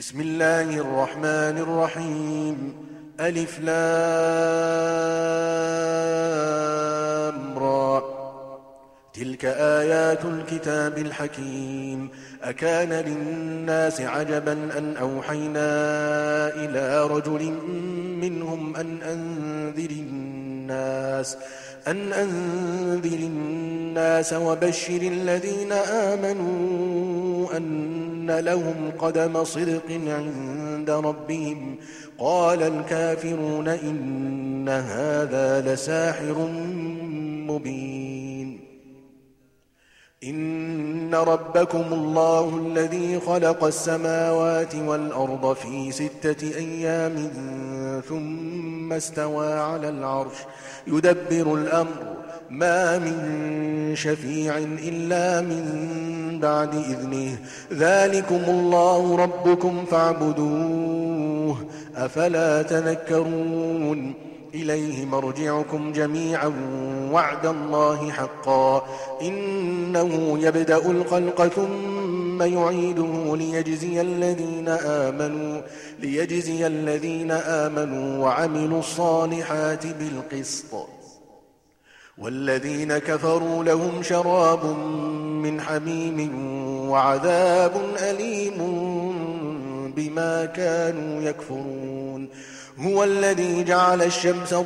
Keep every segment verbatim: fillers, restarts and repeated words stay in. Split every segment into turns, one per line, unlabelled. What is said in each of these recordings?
بسم الله الرحمن الرحيم. ألف لام را. تلك آيات الكتاب الحكيم. أكان للناس عجبا أن أوحينا إلى رجل منهم أن أنذر الناس أن أنذر الناس وبشر الذين آمنوا أن لهم قدم صدق عند ربهم. قال الكافرون إن هذا لساحر مبين. إن ربكم الله الذي خلق السماوات والأرض في ستة أيام ثم استوى على العرش يدبر الأمر ما من شفيع إلا من بعد إذنه. ذلكم الله ربكم فاعبدوه أفلا تذكرون. إليه مرجعكم جميعا وعد الله حقا إنه يبدأ الخلق ثم يعيده ليجزي الذين آمنوا ليجزي الذين آمنوا وعملوا الصالحات بالقسط. والذين كفروا لهم شراب من حميم وعذاب أليم بما كانوا يكفرون. هو الذي جعل الشمس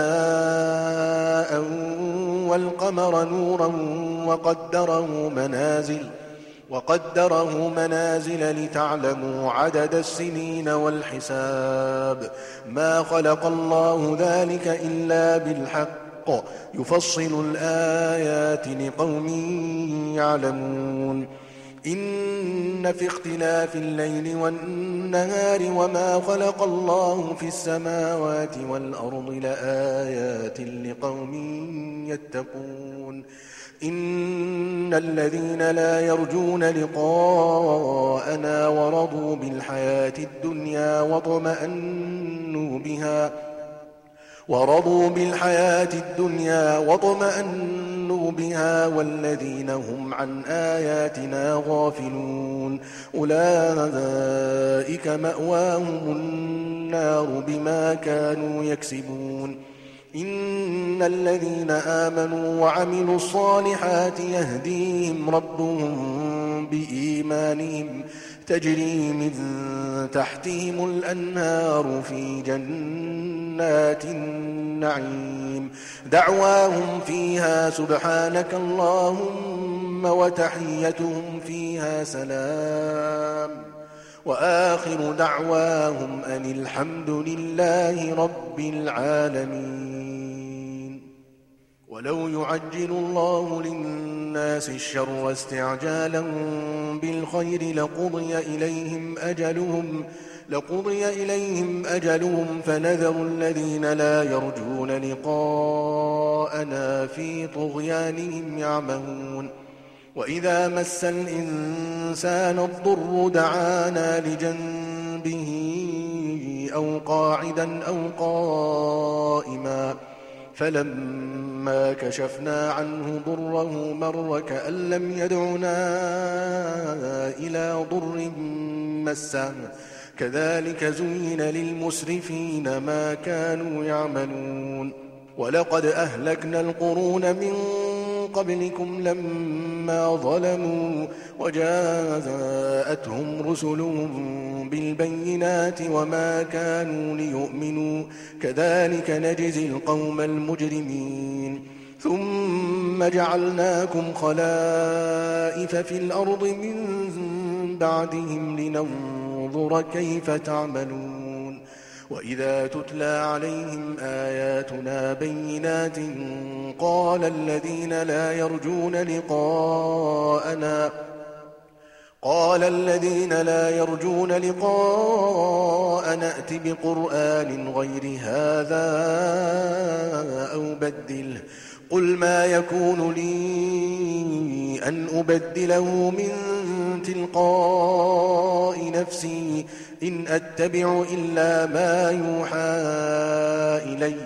ضياء والقمر نورا وقدره منازل وقدره منازل لتعلموا عدد السنين والحساب. ما خلق الله ذلك إلا بالحق يفصل الآيات لقوم يعلمون. إن في اختلاف الليل والنهار وما خلق الله في السماوات والأرض لآيات لقوم يتقون. إن الذين لا يرجون لقاءنا ورضوا بالحياة الدنيا واطمأنوا بها ورضوا بالحياة الدنيا واطمأنوا بها والذين هم عن آياتنا غافلون أولئك مأواهم النار بما كانوا يكسبون. إن الذين آمنوا وعملوا الصالحات يهديهم ربهم بإيمانهم تجري من تحتهم الأنهار في جنات النعيم. دعواهم فيها سبحانك اللهم وتحيتهم فيها سلام وآخر دعواهم أن الحمد لله رب العالمين. ولو يعجل الله للناس الشر استعجالا بالخير لقضي إليهم أجلهم لقضي إليهم أجلهم فنذر الذين لا يرجون لقاءنا في طغيانهم يعمهون. وإذا مس الإنسان الضر دعانا لجنبه أو قاعدا أو قائما فلما كشفنا عنه ضره مر كأن لم يدعنا إلى ضر مسه كذلك زين للمسرفين ما كانوا يعملون. ولقد أهلكنا القرون من قبلكم لما ظلموا وجاءتهم رسلهم بالبينات وما كانوا ليؤمنوا كذلك نجزي القوم المجرمين. ثم جعلناكم خلائف في الأرض من بعدهم لننظر كيف تعملون. وإذا تتلى عليهم آياتنا بينات قال الذين لا يرجون لقاءنا قال الذين لا يرجون لقاءنا ائت بقرآن غير هذا أو بدله قل ما يكون لي أن أبدله من تلقاء نفسي إن أتبع إلا ما يوحى إلي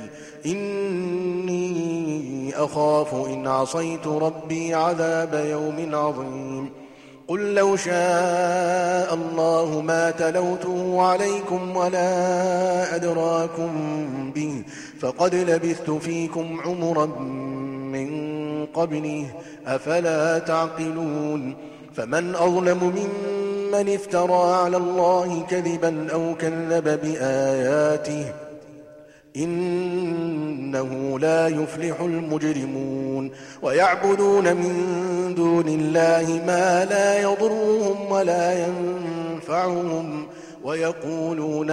إني أخاف إن عصيت ربي عذاب يوم عظيم. قل لو شاء الله ما تلوته عليكم ولا أدراكم به فقد لبثت فيكم عمرا من قبله أفلا تعقلون فمن أظلم ممن افترى على الله كذبا أو كذب بآياته إنه لا يفلح المجرمون ويعبدون من دون الله ما لا يضرهم ولا ينفعهم ويقولون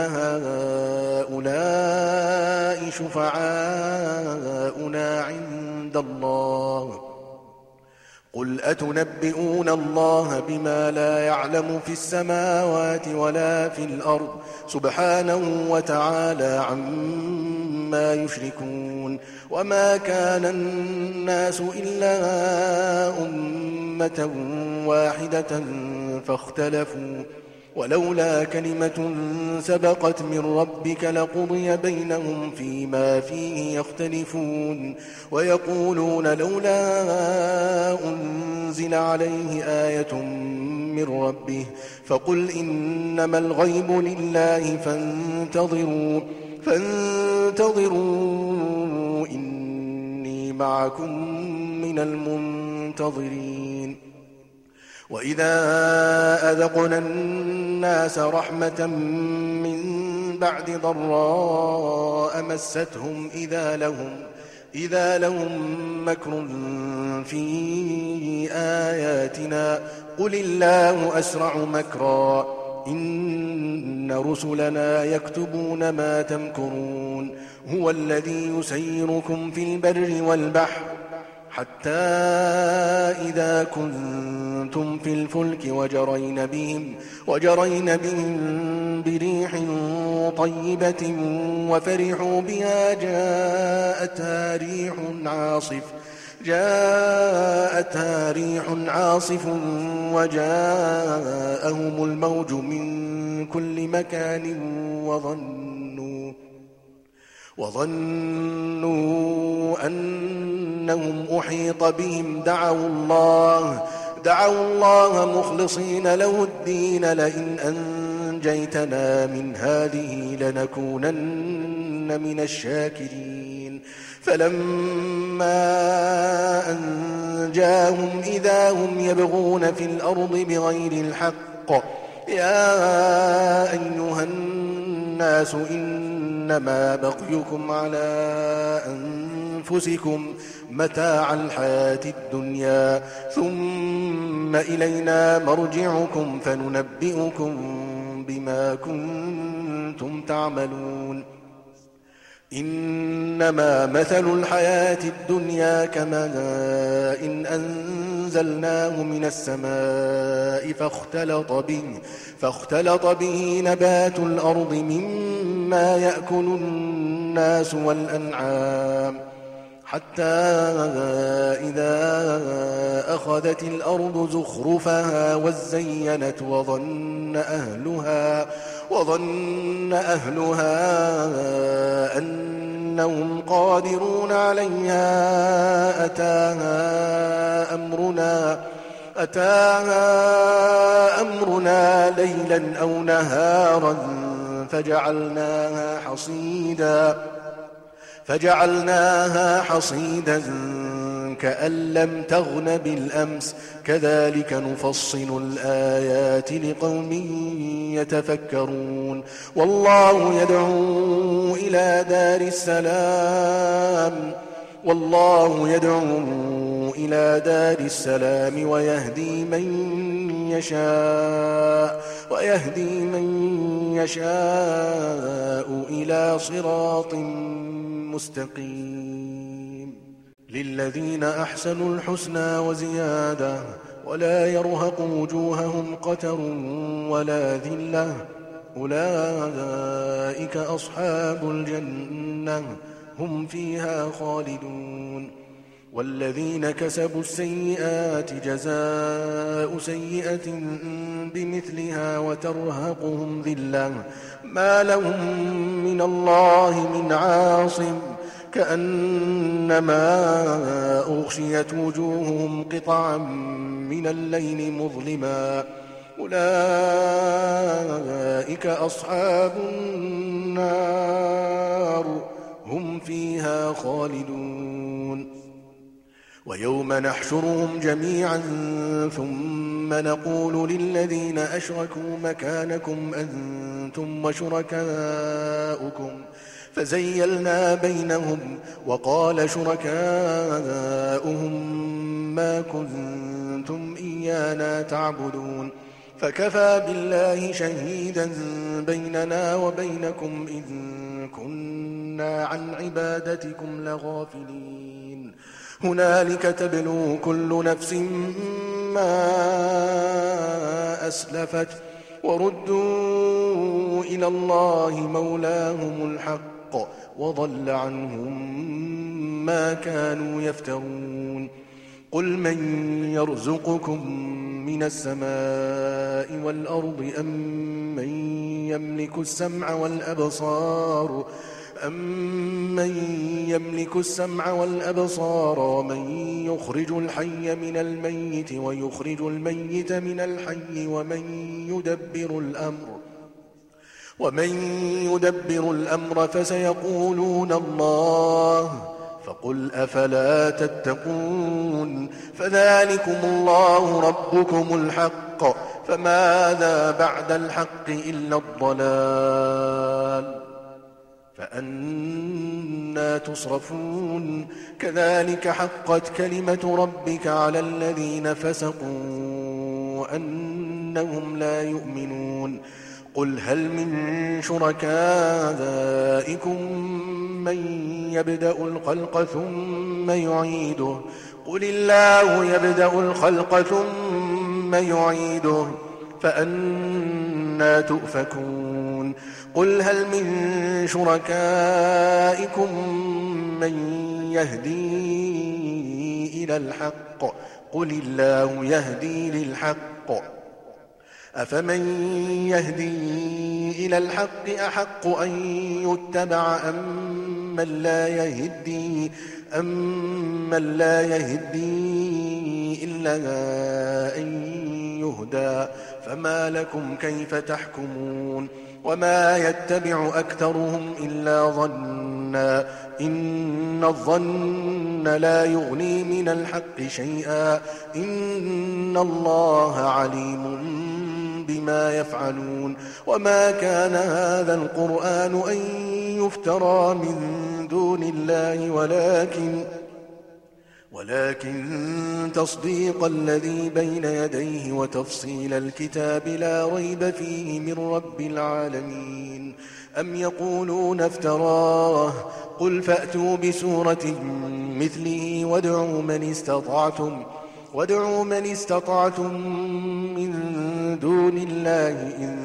هؤلاء شفعاؤنا عند الله قل أتنبئون الله بما لا يعلم في السماوات ولا في الأرض سبحانه وتعالى عما يشركون وما كان الناس إلا أمة واحدة فاختلفوا ولولا كلمة سبقت من ربك لقضي بينهم فيما فيه يختلفون ويقولون لولا أنزل عليه آية من ربه فقل إنما الغيب لله فانتظروا فانتظروا إني معكم من المنتظرين وإذا أذقنا الناس رحمة من بعد ضراء مستهم إذا لهم إذا لهم مكر في آياتنا قل الله أسرع مكرا إن رسلنا يكتبون ما تمكرون هو الذي يسيركم في البر والبحر حتى إذا كنتم في الفلك وجرين بهم, وجرين بهم بريح طيبة وفرحوا بها جاءتها ريح عاصف جاءتها ريح عاصف وجاءهم الموج من كل مكان وظنوا وظنوا أنهم أحيط بهم دعوا الله دعوا الله مخلصين له الدين لئن أنجيتنا من هذه لنكونن من الشاكرين فلما أنجاهم إذا هم يبغون في الأرض بغير الحق يا أيها الناس إنما بغيكم على أنفسكم متاع الحياة الدنيا ثم إلينا مرجعكم فننبئكم بما كنتم تعملون إنما مثل الحياة الدنيا كماء إن أنزلناه من السماء فاختلط به, فاختلط به نبات الأرض مما يأكل الناس والأنعام حتى إذا أخذت الأرض زخرفها وزينت وظن أهلها وظن أهلها أنهم قادرون عليها أتاها أمرنا أتاها أمرنا ليلا أو نهارا فجعلناها حصيدا فجعلناها حصيدا كأن لم تغن بالأمس كذلك نفصل الآيات لقوم يتفكرون والله يدعو إلى دار السلام والله يدعو إلى دار السلام ويهدي من يشاء ويهدي من يشاء إلى صراط مستقيم للذين أحسنوا الحسنى وزيادة ولا يرهق وجوههم قتر ولا ذلة أولئك أصحاب الجنة هم فيها خالدون والذين كسبوا السيئات جزاء سيئة بمثلها وترهقهم ذلة ما لهم من الله من عاصم كأنما أغشيت وجوههم قطعا من الليل مظلما أولئك أصحاب النار هم فيها خالدون ويوم نحشرهم جميعا ثم نقول للذين أشركوا مكانكم أنتم وشركاؤكم فزيلنا بينهم وقال شركاؤهم ما كنتم إيانا تعبدون فكفى بالله شهيدا بيننا وبينكم إذ كنا عن عبادتكم لغافلين هنالك تبلو كل نفس ما أسلفت وردوا إلى الله مولاهم الحق وضل عنهم ما كانوا يفترون قل من يرزقكم من السماء والأرض أم من يملك السمع والأبصار أمن يملك السمع والأبصار ومن يخرج الحي من الميت ويخرج الميت من الحي ومن يدبر الأمر ومن يدبر الأمر فسيقولون الله فقل أفلا تتقون فذلكم الله ربكم الحق فماذا بعد الحق إلا الضلال فأنى تصرفون كذلك حقت كلمة ربك على الذين فسقوا أنهم لا يؤمنون قل هل من شركائكم من يبدأ الخلق ثم يعيده قل الله يبدأ الخلق ثم يعيده فأنى تؤفكون قل هل من شركائكم من يهدي إلى الحق قل الله يهدي للحق أفمن يهدي إلى الحق أحق أن يتبع أم من لا يهدي أم من لا يهدي إلا أن يهدى فما لكم كيف تحكمون وما يتبع أكثرهم إلا ظنا إن الظن لا يغني من الحق شيئا إن الله عليم بما يفعلون وما كان هذا القرآن أن يفترى من دون الله ولكن ولكن تصديق الذي بين يديه وتفصيل الكتاب لا ريب فيه من رب العالمين أم يقولون افتراه قل فأتوا بسورة مثله وادعوا من استطعتم وادعوا من استطعتم من دون الله إن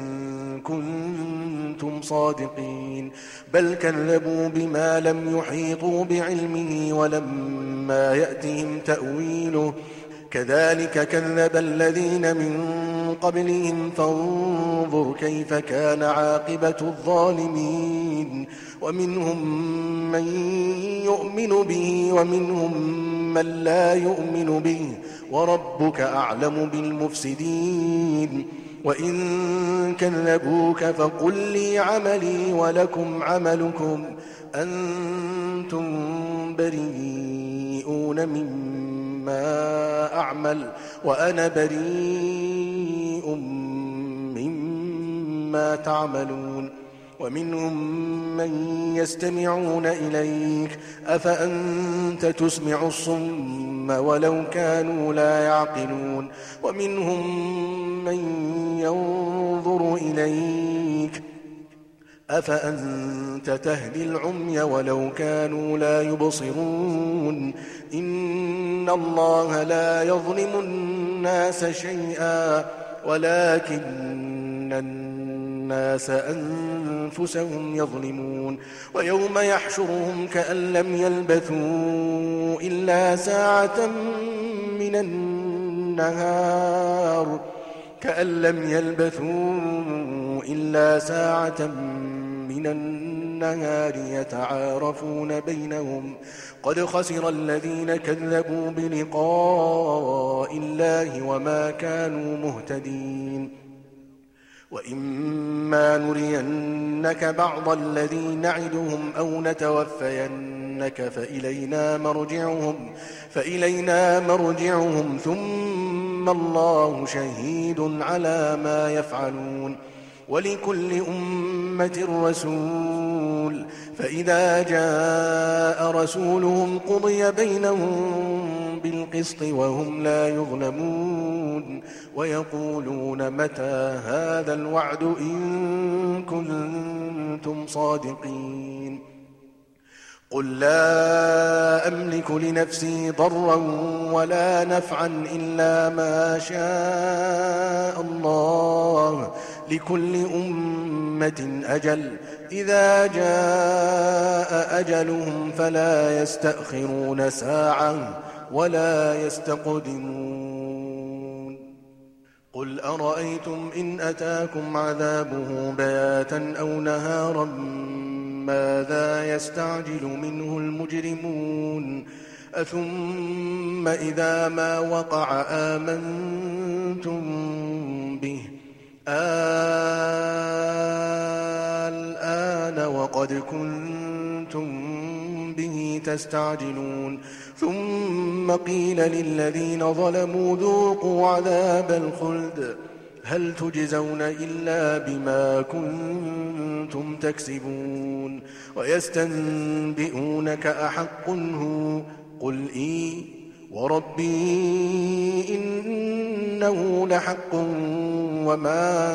كنتم صادقين بل كذبوا بما لم يحيطوا بعلمه ولما يأتهم تأويله كذلك كذب الذين من قبلهم فانظر كيف كان عاقبة الظالمين ومنهم من يؤمن به ومنهم من لا يؤمن به وربك أعلم بالمفسدين وإن كذبوك فقل لي عملي ولكم عملكم أنتم بريئون مما أعمل وأنا بريء مما تعملون ومنهم من يستمعون إليك أفأنت تسمع الصم ولو كانوا لا يعقلون ومنهم من ينظر إليك أفأنت تهدي العمي ولو كانوا لا يبصرون إن الله لا يظلم الناس شيئا ولكن الناس أنفسهم يظلمون ويوم يحشرهم كأن لم يلبثوا إلا ساعة من النهار كأن لم يلبثوا إلا ساعة من النهار والنهار يتعارفون بينهم قد خسر الذين كذبوا بلقاء الله وما كانوا مهتدين وإما نرينك بعض الذي نعدهم أو نتوفينك فإلينا مرجعهم فإلينا مرجعهم ثم الله شهيد على ما يفعلون ولكل أمة رسول فإذا جاء رسولهم قضي بينهم بالقسط وهم لا يظلمون ويقولون متى هذا الوعد إن كنتم صادقين قل لا أملك لنفسي ضرا ولا نفعا إلا ما شاء الله لكل أمة أجل إذا جاء أجلهم فلا يستأخرون ساعة ولا يستقدمون قل أرأيتم إن أتاكم عذابه بياتا أو نهارا ماذا يستعجل منه المجرمون أثم إذا ما وقع آمنتم به الآن وقد كنتم به تستعجلون ثم قيل للذين ظلموا ذوقوا عذاب الخلد هل تجزون إلا بما كنتم تكسبون ويستنبئونك أحق هو قل إي وربي إنه لحق وما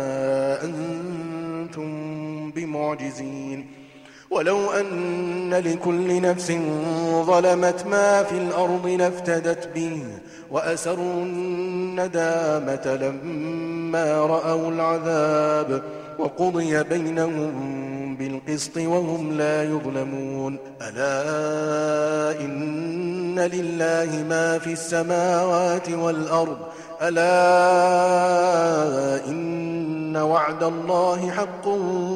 أنتم بمعجزين ولو أن لكل نفس ظلمت ما في الأرض لافتدت به وأسروا الندامة لما رأوا العذاب وقضي بينهم بالقسط وهم لا يظلمون ألا إن لله ما في السماوات والأرض ألا إن وعد الله حق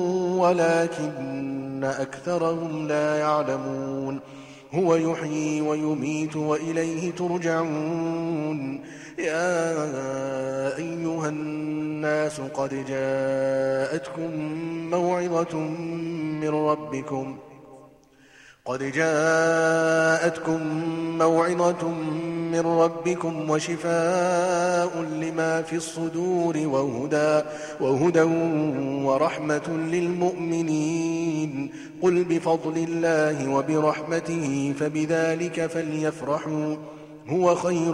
ولكن أكثرهم لا يعلمون هو يحيي ويميت وإليه ترجعون يا أيها الناس قد جاءتكم موعظة من ربكم قد جاءتكم موعظة من ربكم وشفاء لما في الصدور وهدى, وهدى ورحمة للمؤمنين قل بفضل الله وبرحمته فبذلك فليفرحوا هو خير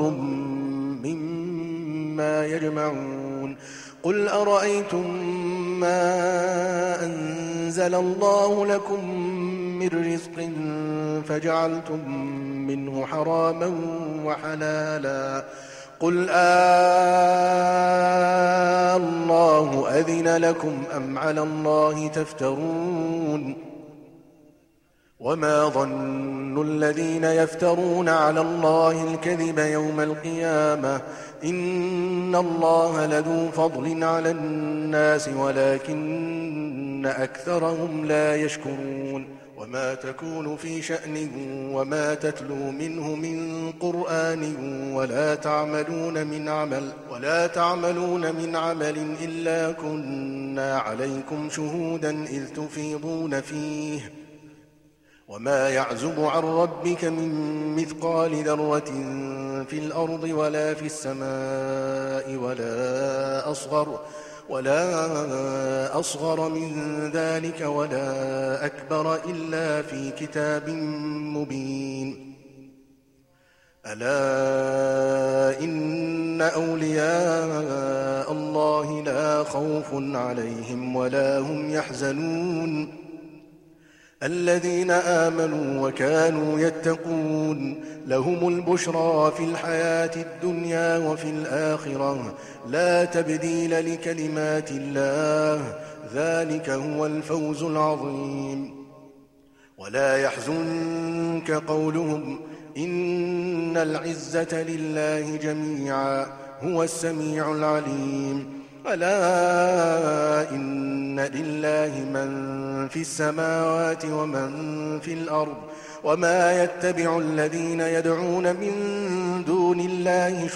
مما يجمعون قل أرأيتم ما أنزل الله لكم من رزق فجعلتم منه حراما وحلالا قل آه الله أذن لكم أم على الله تفترون وما ظن الذين يفترون على الله الكذب يوم القيامة إن الله لذو فضل على الناس ولكن أكثرهم لا يشكرون وما تكون في شأن وما تتلو منه من قرآن ولا تعملون من عمل ولا تعملون من عمل إلا كنا عليكم شهودا إذ تفيضون فيه وما يعزب عن ربك من مثقال ذرة في الأرض ولا في السماء ولا أصغر ولا أصغر من ذلك ولا أكبر إلا في كتاب مبين ألا إن أولياء الله لا خوف عليهم ولا هم يحزنون الذين آمنوا وكانوا يتقون لهم البشرى في الحياة الدنيا وفي الآخرة لا تبديل لكلمات الله ذلك هو الفوز العظيم ولا يحزنك قولهم إن العزة لله جميعا هو السميع العليم ألا إن لله من في السماوات ومن في الأرض وما يتبع الذين يدعون من دون الله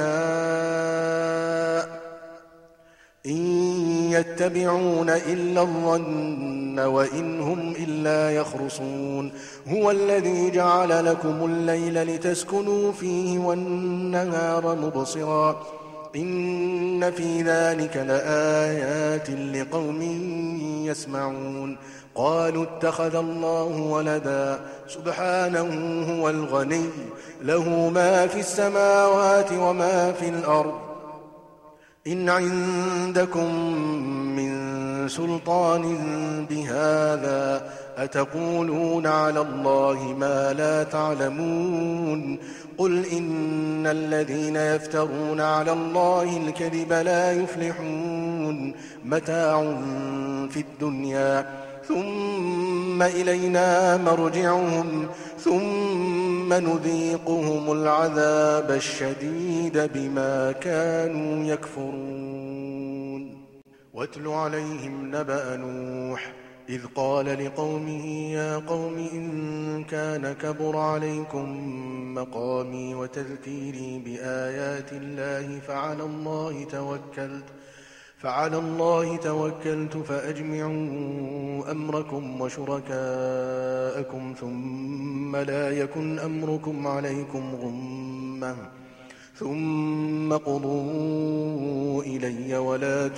شركاء إن يتبعون إلا الظن وإن هم إلا يخرصون هو الذي جعل لكم الليل لتسكنوا فيه والنهار مبصرا إن في ذلك لآيات لقوم يسمعون قالوا اتخذ الله ولدا سبحانه هو الغني له ما في السماوات وما في الأرض إن عندكم من سلطان بهذا أتقولون على الله ما لا تعلمون قل إن الذين يفترون على الله الكذب لا يفلحون متاع في الدنيا ثم إلينا مرجعهم ثم نذيقهم العذاب الشديد بما كانوا يكفرون واتل عليهم نبأ نوح إذ قال لقومه يا قوم إن كان كبر عليكم مقامي وتذكيري بآيات الله فعلى الله توكلت فعلى الله توكلت فأجمعوا أمركم وشركاءكم ثم لا يكن أمركم عليكم غمة ثم قضوا إلي ولا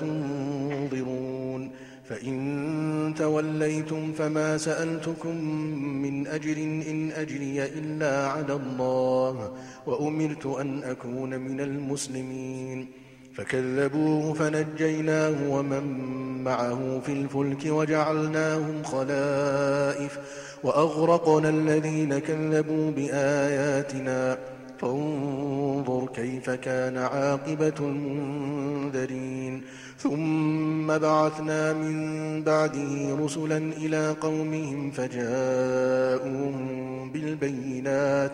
تنظرون فإن توليتم فما سألتكم من أجر إن أجري إلا على الله وأمرت أن أكون من المسلمين فكذبوه فنجيناه ومن معه في الفلك وجعلناهم خلائف وأغرقنا الذين كذبوا بآياتنا فانظر كيف كان عاقبة المنذرين ثم بعثنا من بعده رسلا إلى قومهم فجاءوهم بالبينات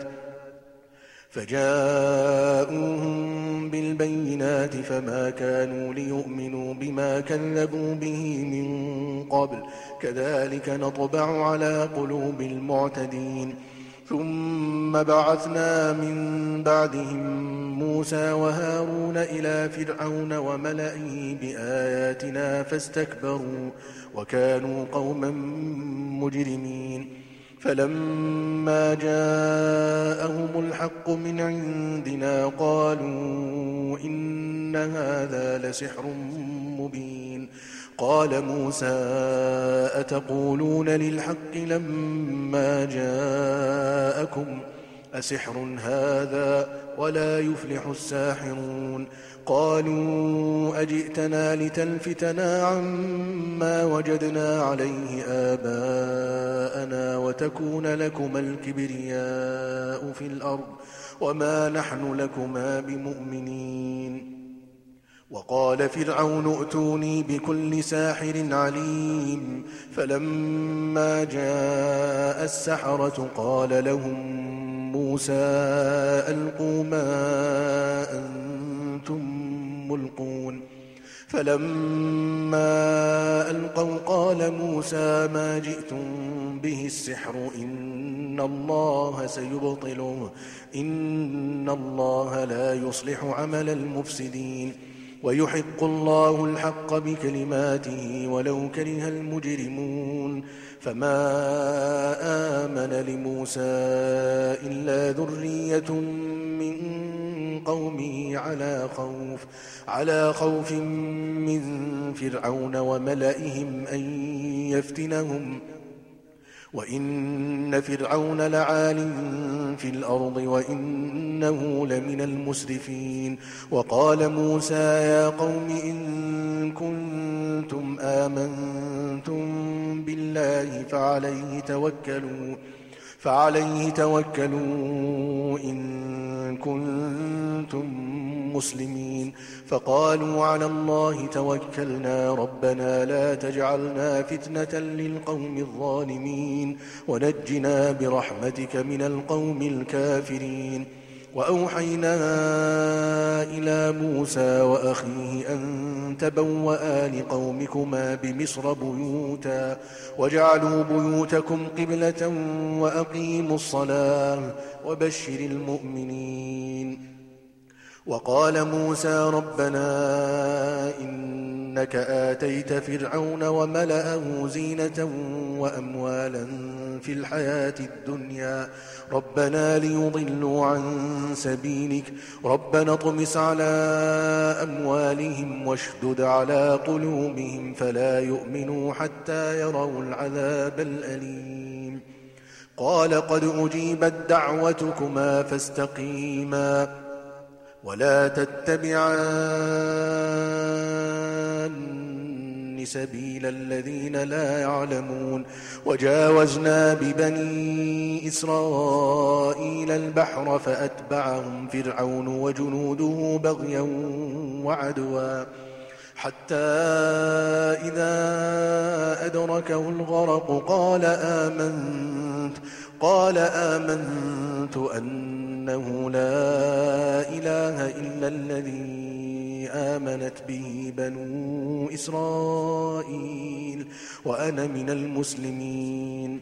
فجاءوهم بالبينات فما كانوا ليؤمنوا بما كذبوا به من قبل كذلك نطبع على قلوب المعتدين ثم بعثنا من بعدهم موسى وهارون إلى فرعون وملئه بآياتنا فاستكبروا وكانوا قوما مجرمين فلما جاءهم الحق من عندنا قالوا إن هذا لسحر مبين قال موسى أتقولون للحق لما جاءكم أسحر هذا ولا يفلح الساحرون قالوا أجئتنا لتلفتنا عما وجدنا عليه آباءنا وتكون لكما الكبرياء في الأرض وما نحن لكما بمؤمنين وقال فرعون ائتوني بكل ساحر عليم فلما جاء السحرة قال لهم موسى ألقوا ما أنتم ملقون فلما ألقوا قال موسى ما جئتم به السحر إن الله سيبطله إن الله لا يصلح عمل المفسدين ويحق الله الحق بكلماته ولو كره المجرمون فما آمن لموسى إلا ذرية من قومه على خوف على خوف من فرعون وملئهم أن يفتنهم وإن فرعون لعال في الأرض وإنه لمن المسرفين وقال موسى يا قوم إن كنتم آمنتم بالله فعليه توكلوا فعليه توكلوا إن كنتم مسلمين فقالوا على الله توكلنا ربنا لا تجعلنا فتنة للقوم الظالمين ونجنا برحمتك من القوم الكافرين وأوحينا إلى موسى وأخيه أن تبوأ لقومكما بمصر بيوتا وجعلوا بيوتكم قبلة وأقيموا الصلاة وبشر المؤمنين. وقال موسى ربنا إنك آتيت فرعون وملأه زينة وأموالا في الحياة الدنيا ربنا ليضلوا عن سبيلك ربنا اطمس على أموالهم واشدد على قلوبهم فلا يؤمنوا حتى يروا العذاب الأليم. قال قد أجيبت دعوتكما فاستقيما ولا تتبعان سبيل الذين لا يعلمون. وجاوزنا ببني إسرائيل البحر فأتبعهم فرعون وجنوده بغيا وعدوا حتى إذا أدركه الغرق قال آمنت قال آمنت أنه لا إله إلا الذي آمنت به بنو إسرائيل وأنا من المسلمين.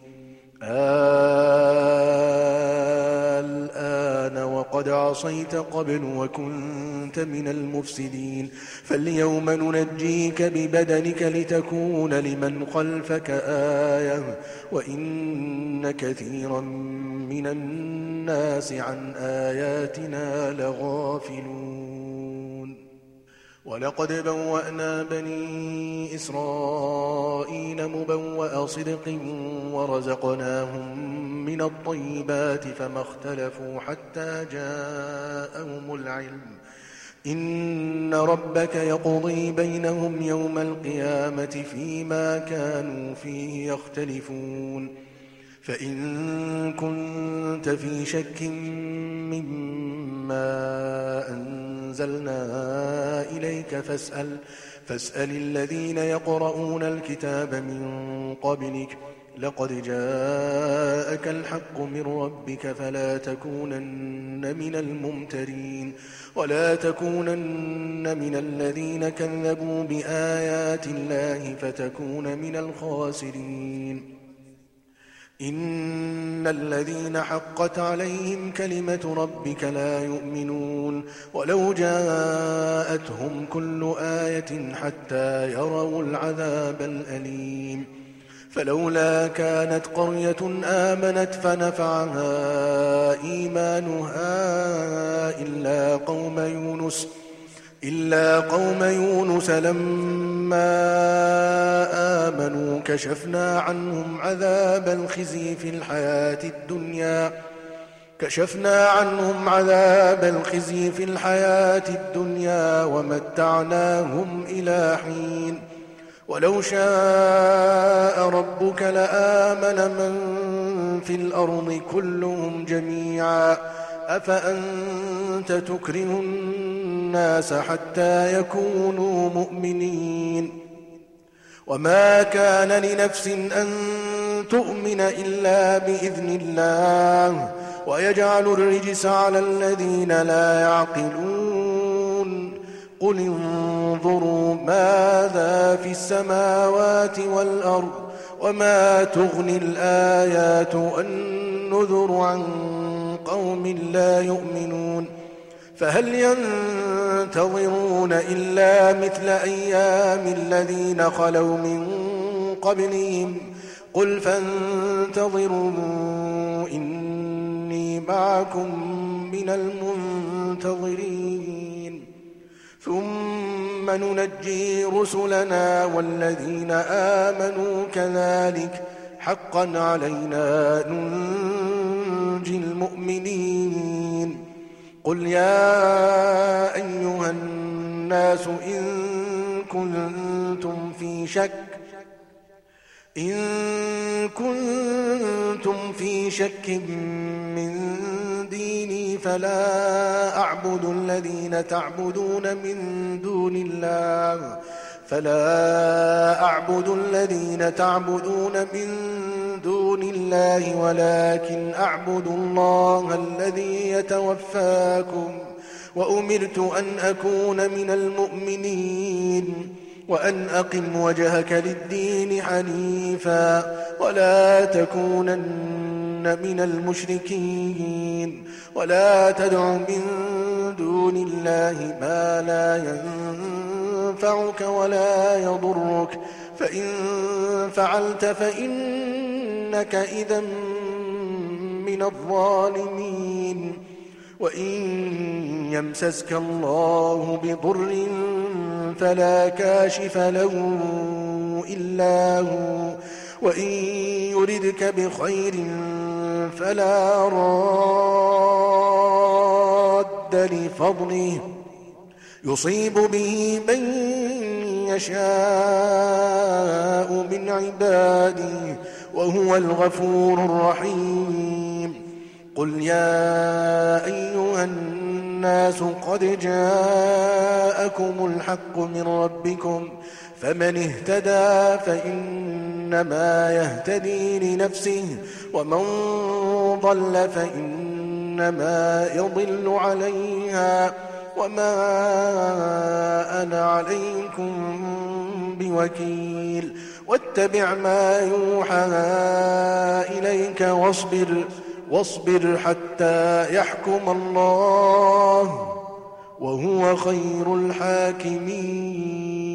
الآن وقد عصيت قبل وكنت من المفسدين فاليوم ننجيك ببدنك لتكون لمن خلفك آية وإن كثيرا من الناس عن آياتنا لغافلون. ولقد بوأنا بني إسرائيل مبوأ صدق ورزقناهم من الطيبات فما اختلفوا حتى جاءهم العلم إن ربك يقضي بينهم يوم القيامة فيما كانوا فيه يختلفون. فإن كنت في شك مما أنزلنا إليك فاسأل, فاسأل الذين يقرؤون الكتاب من قبلك لقد جاءك الحق من ربك فلا تكونن من الممترين ولا تكونن من الذين كذبوا بآيات الله فتكون من الخاسرين. إن الذين حقت عليهم كلمة ربك لا يؤمنون ولو جاءتهم كل آية حتى يروا العذاب الأليم. فلولا كانت قرية آمنت فنفعها إيمانها إلا قوم يونس إلا قوم يونس لما آمنوا كشفنا عنهم عذاب الخزي في الحياة الدنيا كشفنا عنهم عذاب الخزي في الحياة الدنيا ومتعناهم إلى حين. ولو شاء ربك لآمن من في الأرض كلهم جميعا أفأنت تكره الناس حتى يكونوا مؤمنين. وما كان لنفس أن تؤمن إلا بإذن الله ويجعل الرجس على الذين لا يعقلون. قل انظروا ماذا في السماوات والأرض وما تغني الآيات والنذر عن قوم لا يؤمنون. فهل ينتظرون إلا مثل أيام الذين خلوا من قبلهم قل فانتظروا إني معكم من المنتظرين. ثم ننجي رسلنا والذين آمنوا كذلك حقا علينا ننجي المؤمنين. قل يا أيها الناس إن كنتم في شك إن كنتم في شك من ديني فلا أعبد الذين تعبدون من دون الله فلا أعبد الذين تعبدون من دون الله ولكن أعبد الله الذي يتوفاكم وأمرت أن أكون من المؤمنين وأن أقم وجهك للدين حنيفا ولا تكونن من المشركين ولا تدع من دون الله ما لا ينفعك ولا يضرك فإن فعلت فإنك إذا من الظالمين وإن يمسسك الله بضر فلا كاشف له إلا هو وإن يردك بخير فلا راد لفضله يصيب به من يشاء من عباده وهو الغفور الرحيم قل يا أيها الناس قد جاءكم الحق من ربكم فمن اهتدى فإنما يهتدي لنفسه ومن ضل فإنما يضل عليها وما أنا عليكم بوكيل واتبع ما يوحى إليك واصبر واصبر حتى يحكم الله وهو خير الحاكمين.